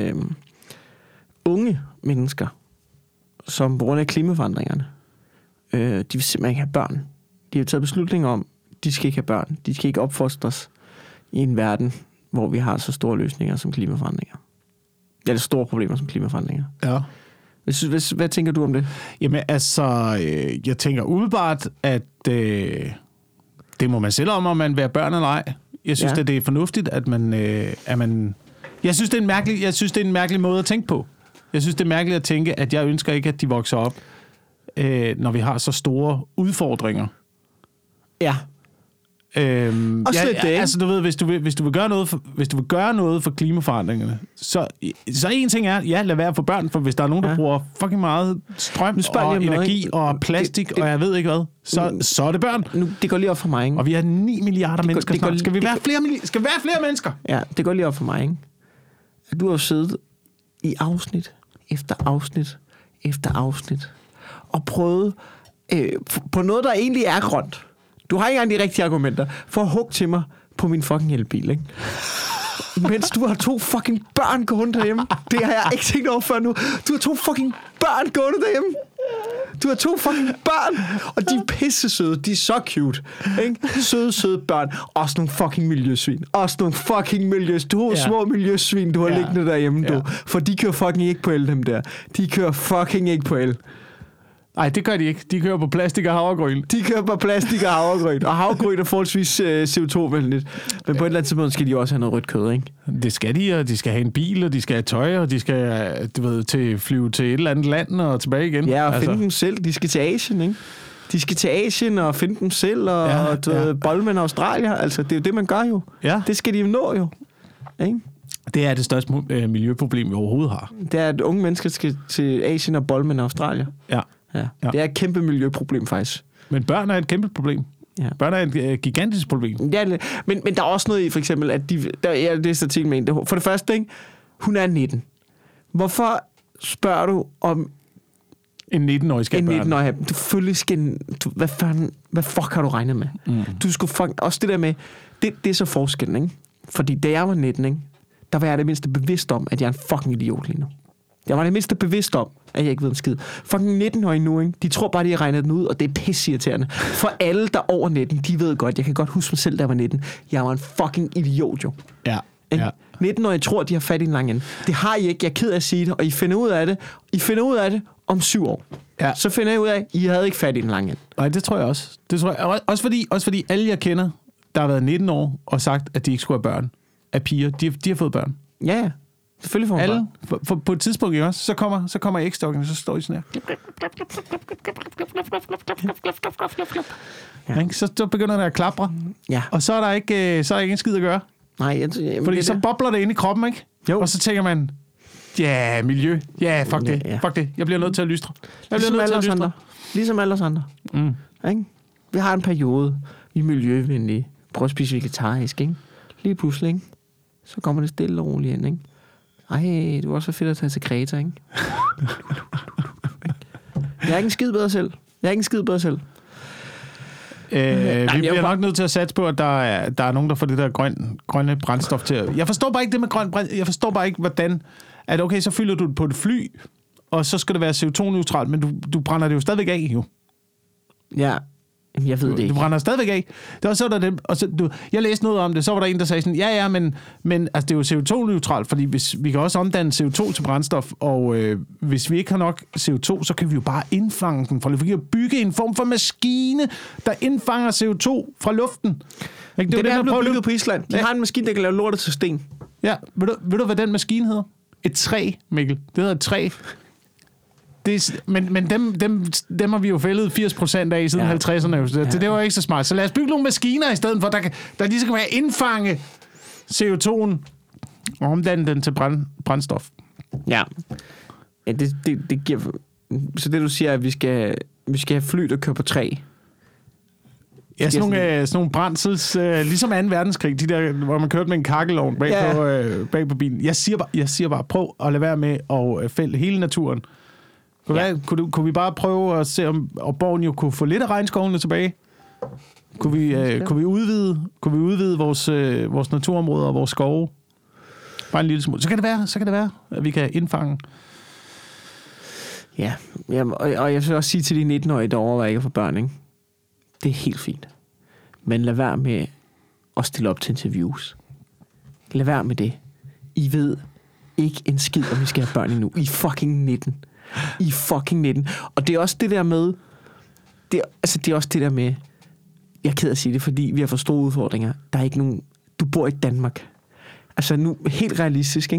unge mennesker, som på grund af klimaforandringerne, de vil simpelthen ikke have børn. De har taget beslutninger om, de skal ikke have børn. De skal ikke opfostres i en verden, hvor vi har så store løsninger som klimaforandringer. Eller store problemer som klimaforandringer. Ja. Hvad tænker du om det? Jamen altså, jeg tænker umiddelbart, at det må man selv om man vil have børn eller ej. Jeg synes, at det er fornuftigt, at man... Jeg synes, det er en mærkelig måde at tænke på. Jeg synes, det er mærkeligt at tænke, at jeg ønsker ikke, at de vokser op, når vi har så store udfordringer. Ja. Altså, du ved, hvis du vil gøre noget for klimaforandringerne, så en ting er, lad være at få børn, for hvis der er nogen, der bruger fucking meget strøm og energi og plastik, og jeg ved ikke hvad, så er det børn. Nu, det går lige op for mig, ikke? Og vi har 9 milliarder mennesker snart. Skal vi være flere mennesker? Ja, det går lige op for mig, ikke? At du har siddet i afsnit efter afsnit efter afsnit og prøvet på noget, der egentlig er grønt. Du har ikke engang de rigtige argumenter for at hugge til mig på min fucking elbil, ikke? Mens du har 2 fucking børn gående derhjemme. Det har jeg ikke tænkt over før nu. Du har 2 fucking børn gående derhjemme. Du har 2 fucking børn, og de er pissesøde. De er så cute, ikke? Søde børn. Også nogle fucking miljøsvin. Små miljøsvin, du har liggende derhjemme, du. For de kører fucking ikke på el, dem der. De kører fucking ikke på el. Nej, det gør de ikke. De kører på plastik og havregryn. Og havregryn er forholdsvis CO2-venligt. Men på et eller andet tidspunkt skal de også have noget rødt kød, ikke? Det skal de, og de skal have en bil, og de skal have tøj, og de skal flyve til et eller andet land og tilbage igen. Ja, og finde dem selv. De skal til Asien, ikke? De skal til Asien og finde dem selv, og bolle med Australien. Altså, det er jo det, man gør jo. Ja. Det skal de jo nå jo. Ikke? Det er det største miljøproblem, vi overhovedet har. Det er, at unge mennesker skal til Asien og bolle med Australien. Ja. Det er et kæmpe miljøproblem, faktisk. Men børn er et kæmpe problem. Ja. Børn er et gigantisk problem. Ja, men der er også noget i, for eksempel, at det er statistik med en. For det første, ikke? Hun er 19. Hvorfor spørger du om... En 19-årig skal børn. En 19-årig. Du følger skal... Hvad fuck har du regnet med? Mm. Du skulle også det der med... Det er så forskellen, ikke? Fordi da jeg var 19, ikke? Der var jeg det mindste bevidst om, at jeg er en fucking idiot lige nu. Jeg var det mindste bevidst om, at jeg ikke ved en skid. Fucking 19-årige nu, ikke? De tror bare, de har regnet den ud, og det er pisseirriterende. For alle, der er over 19, de ved godt. Jeg kan godt huske mig selv, da jeg var 19. Jeg var en fucking idiot, jo. Ja. 19-årige tror, de har fat i en lang ende. Det har I ikke. Jeg er ked af at sige det, og I finder ud af det. Om 7 år. Ja. Så finder jeg ud af, at I havde ikke fat i en lang ende. Nej, det tror jeg også. Også fordi alle, jeg kender, der har været 19 år og sagt, at de ikke skulle have børn af piger, de har fået børn. Ja. Selvfølgelig får man alle, på et tidspunkt ikke også, så kommer ægstokken, så står I sådan her. Ja. Så begynder det at klapre. Ja. Og så er der ikke en skid at gøre. Nej, fordi så bobler det ind i kroppen, ikke? Jo. Og så tænker man, miljø. Ja, fuck det. Fuck det. Jeg bliver nødt til at lystre. Ligesom alle os andre. Mm. Ikke? Vi har en periode, vi er miljøvenlige. Prøv at spise vegetarisk, ikke? Lige pludselig, ikke? Så kommer det stille og roligt ind, ikke? Ej, det var også så fedt at tage til Kreta, ikke? Jeg er ikke en skid bedre selv. Jeg er ikke en skid bedre selv. Vi bliver nok nødt til at satse på, at der er nogen, der får det der grønne brændstof til. Jeg forstår bare ikke det med grøn brændstof. Jeg forstår bare ikke, hvordan... At okay, så fylder du det på et fly, og så skal det være CO2-neutralt, men du brænder det jo stadigvæk af, jo. Ja, jeg ved det ikke. Du brænder stadigvæk af. Det var så der dem, og så, jeg læste noget om det, så var der en, der sagde sådan, men altså, det er jo CO2-neutralt, fordi hvis vi kan også omdanne CO2 til brændstof, og hvis vi ikke har nok CO2, så kan vi jo bare indfange den, for vi kan bygge en form for maskine, der indfanger CO2 fra luften. Ikke? Det er blevet bygget på Island. De har en maskine, der kan lave lortet til sten. Ja, ved du, hvad den maskine hedder? Et træ, Mikkel. Det hedder et træ. Men dem har vi jo fældet 80% af siden 50'erne. Så det var ikke så smart. Så lad os bygge nogle maskiner i stedet for, der lige skal være indfange CO2'en og omdanne den til brændstof. Ja. Det giver... Så det du siger, at vi skal have fly, der kører på træ. Ja, sådan nogle brændsels, ligesom 2. verdenskrig, de der, hvor man kørte med en kakkelovn bag på bilen. Jeg siger bare, prøv at lade være med at fælde hele naturen. Kunne vi bare prøve at se, om Borneo kunne få lidt af regnskovene tilbage? Kunne vi udvide vores naturområder og vores skove? Bare en lille smule. Så kan det være, at vi kan indfange. Ja, og jeg vil også sige til de 19-årige, der overvejer ikke at få børn, ikke? Det er helt fint. Men lad være med at stille op til interviews. Lad være med det. I ved ikke en skid, om I skal have børn endnu. I fucking 19. Og det er også det der med... Det er også det der med... Jeg er ked af at sige det, fordi vi har for store udfordringer. Der er ikke nogen... Du bor i Danmark. Altså nu, helt realistisk,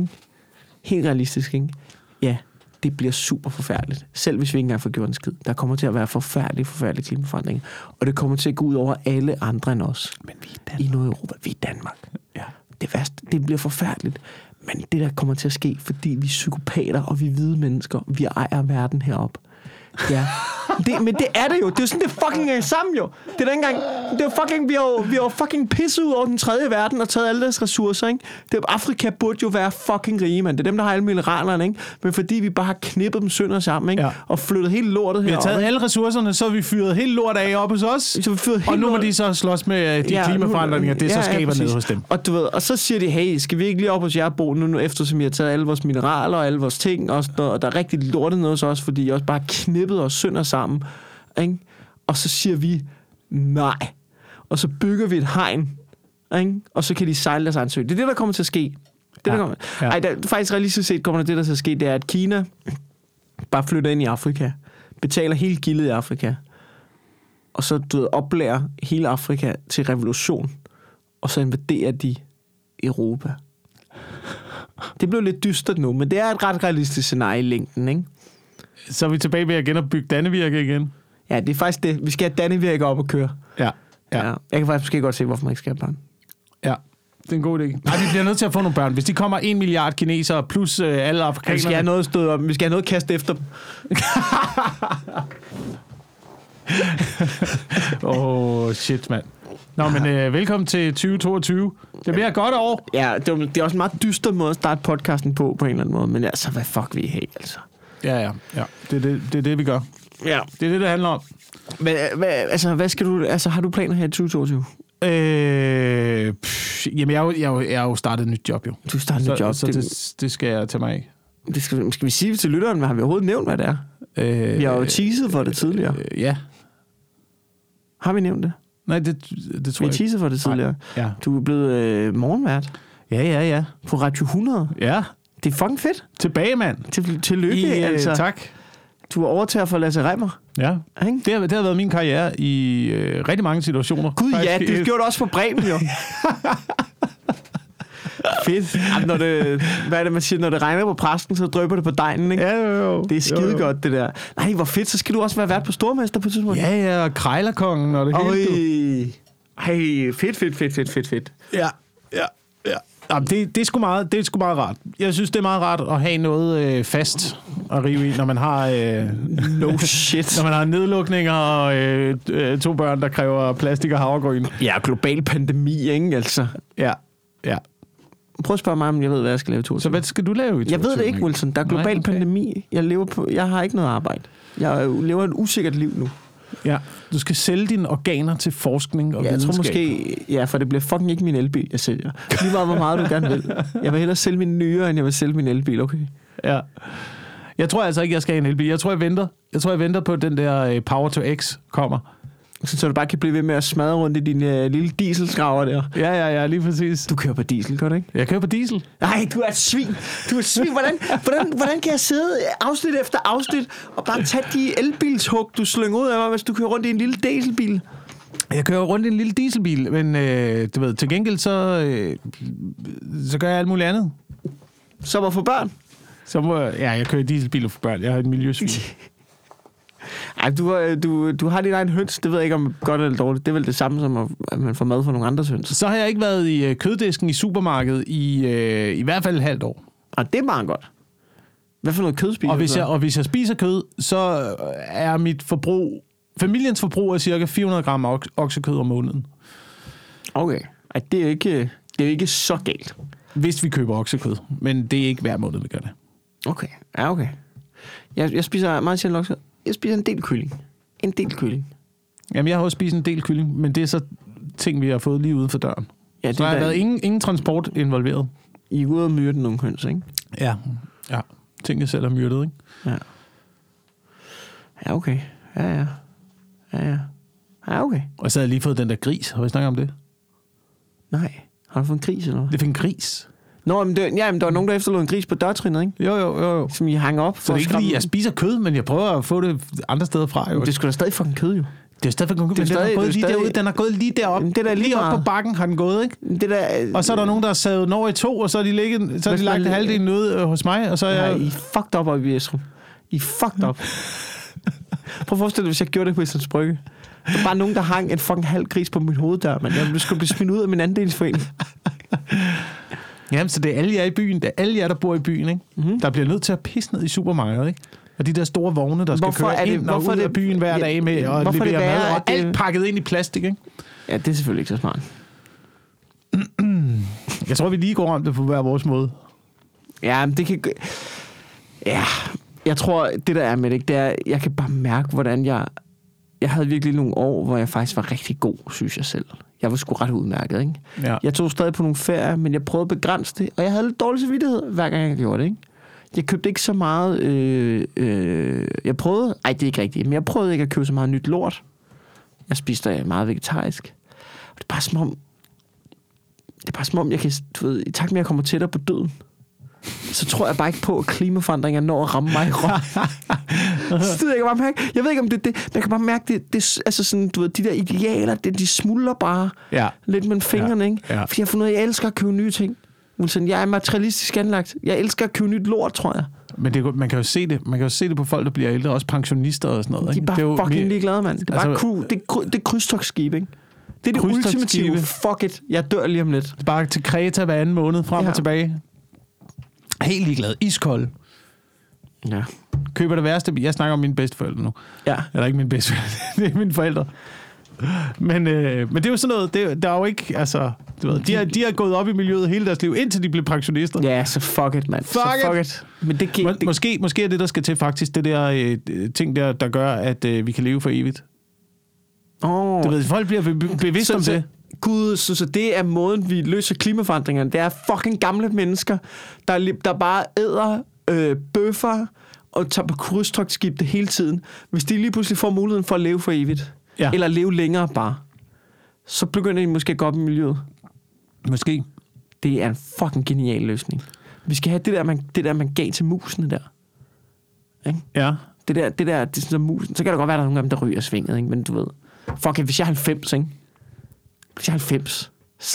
ikke? Ja, det bliver super forfærdeligt. Selv hvis vi ikke engang får gjort en skid. Der kommer til at være forfærdelige klimaforandringer. Og det kommer til at gå ud over alle andre end os. Men vi er i Nordeuropa. Vi er Danmark. Ja. Det værste, det bliver forfærdeligt. Men det der kommer til at ske, fordi vi er psykopater, og vi er hvide mennesker, vi ejer verden heroppe. Ja. Men det er det jo. Det er jo sådan, det fucking er sammen jo. Det er der engang. Det er fucking, vi har fucking pisset ud over den tredje verden og taget alle deres ressourcer, ikke? Afrika burde jo være fucking rige, mand. Det er dem, der har alle mineralerne, ikke? Men fordi vi bare har knippet dem sønder sammen, ikke? Ja. Og flyttet hele lortet heroppe. Vi har taget alle ressourcerne, så har vi fyret hele lortet af op hos os. Og nu må de så slås med de klimaforandringer, det så skaber ned hos dem. Og du ved, og så siger de, hey, skal vi ikke lige op hos jer bo nu eftersom vi har taget alle vores mineraler og alle vores ting, og der er rigtig lortet ned hos os, fordi I også bare har knippet os sønder sammen. Ikke? Og så siger vi nej. Og så bygger vi et hegn, ikke? Og så kan de sejle deres egen sø. Det er det, der kommer til at ske. Faktisk realistisk set kommer det der til at ske, det er, at Kina bare flytter ind i Afrika, betaler hele gildet i Afrika, og så oplærer hele Afrika til revolution, og så invaderer de Europa. Det blev lidt dystert nu, men det er et ret realistisk scenarie i længden, ikke? Så er vi tilbage ved at genopbygge Dannevirke igen. Ja, det er faktisk det. Vi skal have Dannevirke op og køre. Ja. Jeg kan faktisk måske godt se, hvorfor man ikke skal have børn. Ja, det er en god idé. Nej, vi bliver nødt til at få nogle børn. Hvis de kommer 1 milliard kinesere plus alle afrikanere... Vi skal have noget stød om. Vi skal have noget kast efter dem. Shit, mand. Nå, men velkommen til 2022. Det bliver et godt år. Ja, det er også en meget dyster måde at starte podcasten på en eller anden måde. Men altså, hvad fuck vi have, altså? Ja. Det er det, vi gør. Ja. Det er det handler om. Men hvad skal du... Altså, har du planer her i 2022? Jamen, jeg har jo startet et nyt job, jo. Du startede et nyt job. Så det skal jeg tage mig af. Det skal vi sige til lytteren, men har vi overhovedet nævnt, hvad det er? Vi har jo teaset for det tidligere. Ja. Har vi nævnt det? Nej, det tror jeg ikke. Vi har teaset for det tidligere. Ja. Du er blevet morgenvært. Ja. På Radio 100. Ja. Det er fucking fedt. Tilbage, mand. Tillykke, altså. Tak. Du er overtaget for Lasse Remmer. Ja. Det har været min karriere i rigtig mange situationer. Gud, faktisk. Ja, det gjorde du også på Bremen, jo. Fedt. Jamen, hvad er det, man siger? Når det regner på præsten, så drypper det på dejen, ikke? Ja, jo. Det er skide godt, det der. Nej, hvor fedt. Så skal du også være vært på Stormester på et tidspunkt. Ja, og Krejlerkongen og det hele. Hey, fedt. Ja. Jamen, det er sgu meget rart. Jeg synes, det er meget rart at have noget fast at rive i, når man har no shit. Når man har nedlukninger og 2 børn, der kræver plastik og havregryn. Ja, global pandemi, ikke? Altså. Ja. Prøv at spørge mig, om jeg ved, hvad jeg skal lave i 2022. Så hvad skal du lave i 2022? Jeg ved det ikke, Wilson. Der er global pandemi. Jeg har ikke noget arbejde. Jeg lever et usikkert liv nu. Ja, du skal sælge dine organer til forskning og videnskab. Jeg tror måske, for det bliver fucking ikke min elbil, jeg sælger. Lige meget, hvor meget du gerne vil. Jeg vil hellere sælge min nyere, end jeg vil sælge min elbil, okay? Ja. Jeg tror altså ikke, jeg skal have en elbil. Jeg tror, jeg venter på, at den der Power to X kommer. Så du bare kan blive ved med at smadre rundt i din lille dieselskraver der. Ja, lige præcis. Du kører på diesel, gør du ikke? Jeg kører på diesel. Nej, du er et svin. Hvordan kan jeg sidde afsnit efter afsnit og bare tage de elbilshug, du slynger ud af mig, hvis du kører rundt i en lille dieselbil? Jeg kører rundt i en lille dieselbil, men du ved, til gengæld så gør jeg alt muligt andet. Så hvorfor børn? Jeg kører dieselbiler for børn. Jeg har et miljøsvin. Ej, du har din egen høns. Det ved jeg ikke, om godt eller dårligt. Det er vel det samme, som at man får mad fra nogle andres høns. Så har jeg ikke været i køddisken i supermarkedet i hvert fald et halvt år. Og det er meget godt. Hvad for noget kød spiser og hvis jeg spiser kød, så er mit familiens forbrug er cirka 400 gram oksekød om måneden. Okay. Ej, det er jo ikke så galt. Hvis vi køber oksekød. Men det er ikke hver måned, vi gør det. Okay. Ja, okay. Jeg spiser meget sjældent oksekød. Jeg spiser en del kylling. Jamen, jeg har også spist en del kylling, men det er så ting, vi har fået lige uden for døren. Ja, det så har været ingen transport involveret. I er ude og myrde nogle høns, ikke? Ja. Ting, jeg selv har myrdet, ikke? Ja, okay. Ja, okay. Og så havde jeg lige fået den der gris. Har vi snakket om det? Nej. Har du fået en gris, eller hvad? Det fik en gris. Nå, men der var nogen, der efterlod en gris på dørtrinnet, ikke? Jo. Som I hang op. Så det er ikke fordi, jeg spiser kød, men jeg prøver at få det andre steder fra. Jo. Men det skulle da stadig fucking kød, jo. Det er stadig fucking kød, men den har gået lige deroppe. Det der lige op på bakken har den gået, ikke? Og så er der nogen, der har savet den over i to, og så har de lagt halvdelen ud hos mig, og så er I fucked up oppe i Esrum. I fucked up. Prøv at forestille dig, hvis jeg gjorde det på Islands Brygge. Der var bare nogen, der hang en fucking halv gris på min hoveddør, men jeg skulle blive smidt ud af min andelsforening. Jamen, så det er alle jer i byen. Det er alle jer, der bor i byen, ikke? Mm-hmm. Der bliver nødt til at pisse ned i supermarkedet, ikke? Og de der store vogne, der skal køre ind og ud af byen hver dag med og levere mad, og alt pakket ind i plastik, ikke? Ja, det er selvfølgelig ikke så smart. Jeg tror, vi lige går om det på hver vores måde. Ja, det kan... Ja, jeg tror, det der er med det, er, jeg kan bare mærke, hvordan jeg havde virkelig nogle år, hvor jeg faktisk var rigtig god, synes jeg selv. Jeg var sgu ret udmærket, ikke? Ja. Jeg tog stadig på nogle ferier, men jeg prøvede at begrænse det, og jeg havde lidt dårlig samvittighed, hver gang jeg gjorde det, ikke? Jeg købte ikke så meget... jeg prøvede... Ej, det er ikke rigtigt, men jeg prøvede ikke at købe så meget nyt lort. Jeg spiste meget vegetarisk. Og det er bare som om, jeg kan... Du ved, i takt med, at jeg kommer tættere på døden, så tror jeg bare ikke på, at klimaforandringer når at ramme mig i røven. Så jeg kan bare mærke... Jeg ved ikke, om det er det, men jeg kan bare mærke, det altså sådan, du ved, de der idealer, de smuldrer bare lidt med fingrene, ikke? Ja. Fordi jeg har fundet ud af, at jeg elsker at købe nye ting. Jeg er materialistisk anlagt. Jeg elsker at købe nyt lort, tror jeg. Men man kan jo se det. Man kan jo se det på folk, der bliver ældre, også pensionister og sådan noget. De er bare det er fucking ligeglade, mand. Det er bare crew. Det er krydstogsskib, ikke? Det er det ultimative. Fuck it. Jeg dør lige om lidt. Det er bare til Kreta hver anden måned, frem og tilbage. Helt ligeglad. Iskold. Ja. Køber det værste. Jeg snakker om mine bedsteforældre nu. Ja. Eller ikke mine bedsteforældre. Det er mine forældre. Men det er jo sådan noget, der er jo ikke, altså, du ved, de har gået op i miljøet hele deres liv, indtil de blev pensionister. Ja, så fuck it, mand. Fuck it. Men det måske er det, der skal til faktisk, det der ting der gør, at vi kan leve for evigt. Du ved, folk bliver bevidst om det. Gud, så det er måden, vi løser klimaforandringerne. Det er fucking gamle mennesker, der bare æder bøffer og tager på krydstogtskib det hele tiden. Hvis de lige pludselig får muligheden for at leve for evigt, eller leve længere bare, så begynder de måske at gå op i miljøet. Måske. Det er en fucking genial løsning. Vi skal have det der, man gav til musene der. Ikke? Ja. Det er sådan musen. Så kan der godt være, der er nogle af dem, der ryger svinget, ikke? Men du ved. Fuck, hvis jeg er 90, ikke? Hvis jeg er 90,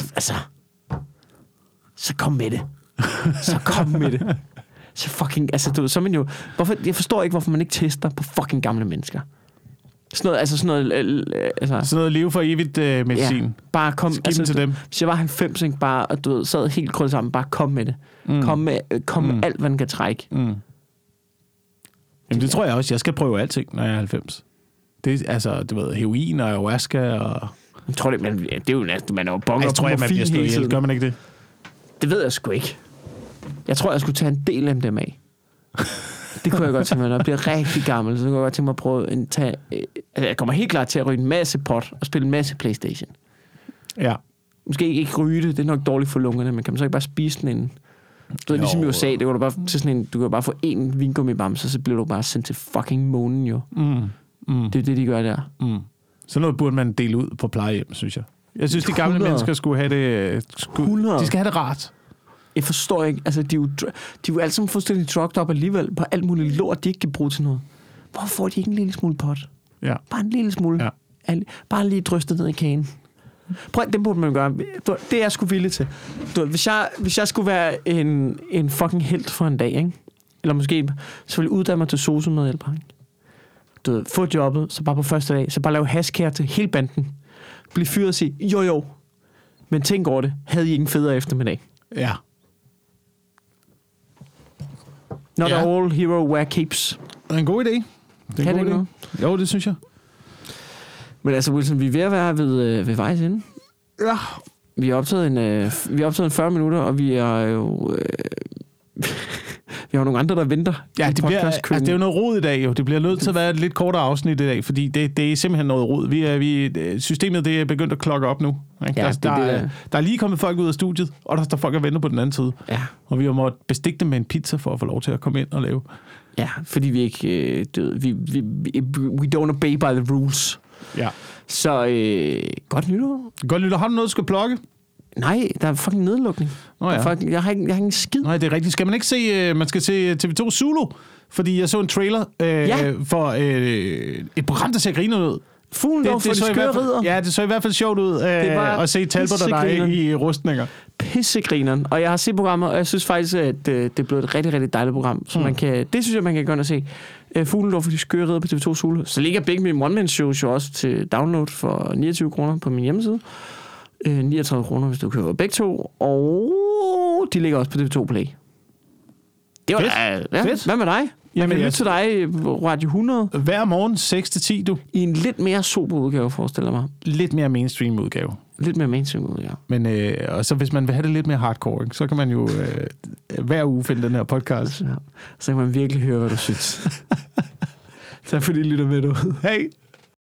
så kom med det. Så kom med det. Så fucking, altså du ved, så man jo... jeg forstår ikke, hvorfor man ikke tester på fucking gamle mennesker. Sådan noget leve for evigt medicin. Ja, bare kom til dem. Hvis jeg var 90, ikke, bare, og du ved, sad helt krøllet sammen, bare kom med det. Kom med alt, hvad den kan trække. Jamen det tror jeg også. Jeg skal prøve alting, når jeg er 90. Det er altså, du ved, heroin og ayahuasca og... Jeg tror det, men det er jo næsten, man er jo bonger på morfin hele tiden. Gør man ikke det? Det ved jeg sgu ikke. Jeg tror, jeg skulle tage en del MDMA. Det kunne jeg godt tænke mig, når jeg bliver rigtig gammel, så kunne jeg godt tænke mig at prøve at tage... jeg kommer helt klart til at ryge en masse pot og spille en masse PlayStation. Ja. Måske ikke ryge det er nok dårligt for lungerne, men kan man så ikke bare spise sådan en... Du ved, ligesom i USA, det var du bare til sådan en... Du kan bare få en vingummibamse, så bliver du bare sendt til fucking månen, jo. Det er det, de gør der. Så noget burde man dele ud på plejehjem, synes jeg. Jeg synes, de gamle 100. mennesker skulle have det... 100. De skal have det rart. Jeg forstår ikke, altså de er jo alle sammen fuldstændig drugged op alligevel på alt muligt lort, de ikke kan bruge til noget. Hvorfor får de ikke en lille smule pot? Ja. Bare en lille smule. Ja. Bare lige drystet ned i kagen. Prøv, det burde man gøre. Det er jeg sgu villig til. Hvis jeg skulle være en fucking helt for en dag, ikke? Eller måske så ville jeg uddanne mig til sosu-medhjælper, ikke? Du ved, få jobbet, så bare på første dag, så bare lave hashkær til hele banden. Bliv fyret og sige, jo. Men tænk over det. Havde I ikke en federe eftermiddag? Ja. Not all hero wear capes. Det er en god idé. Det er en god idé. Jo, det synes jeg. Men altså, Wilson, vi er ved at være ved vejs ende. Ja. Vi har optaget en 40 minutter, og vi er jo... vi har nogle andre, der venter. Ja, det er jo noget rod i dag, jo. Det bliver nødt til at være et lidt kortere afsnit i dag, fordi det er simpelthen noget rod. Systemet det er begyndt at klokke op nu. Ikke? Ja, der er lige kommet folk ud af studiet, og der står folk og venter på den anden side. Ja. Og vi har måttet bestikke dem med en pizza for at få lov til at komme ind og lave. Ja, fordi vi ikke... we don't obey by the rules. Ja. Så godt nytår. Godt nytår. Har du noget, du skal plukke? Nej, der er fucking nedlukning. Nå ja. Jeg har ikke en skid. Nej, det er rigtigt. Skal man ikke se... man skal se TV2 Zulu, fordi jeg så en trailer for et program, der ser griner ud. Fuglen dog for de skøre ridder. Ja, det så i hvert fald sjovt ud at se Talbot og dig i rustninger. Pissegrineren. Og jeg har set programmet, og jeg synes faktisk, at det er blevet et rigtig, rigtig dejligt program. Så det synes jeg, man kan gå ind og se. Fuglen dog for de skøre ridder på TV2 Zulu. Så ligger begge mine one-man-shows jo også til download for 29 kroner på min hjemmeside. 39 kroner, hvis du køber begge to. Og de ligger også på TV2 Play. Det var fedt. Hvad med dig? Jeg vil lytte til dig på Radio 100. Hver morgen 6-10, du. I en lidt mere sober udgave, forestiller mig. Lidt mere mainstream udgave. Lidt mere mainstream udgave. Men og så hvis man vil have det lidt mere hardcore, ikke, så kan man jo hver uge finde den her podcast. Ja. Så kan man virkelig høre, hvad du synes. Tak fordi I lytter med derude. Hej.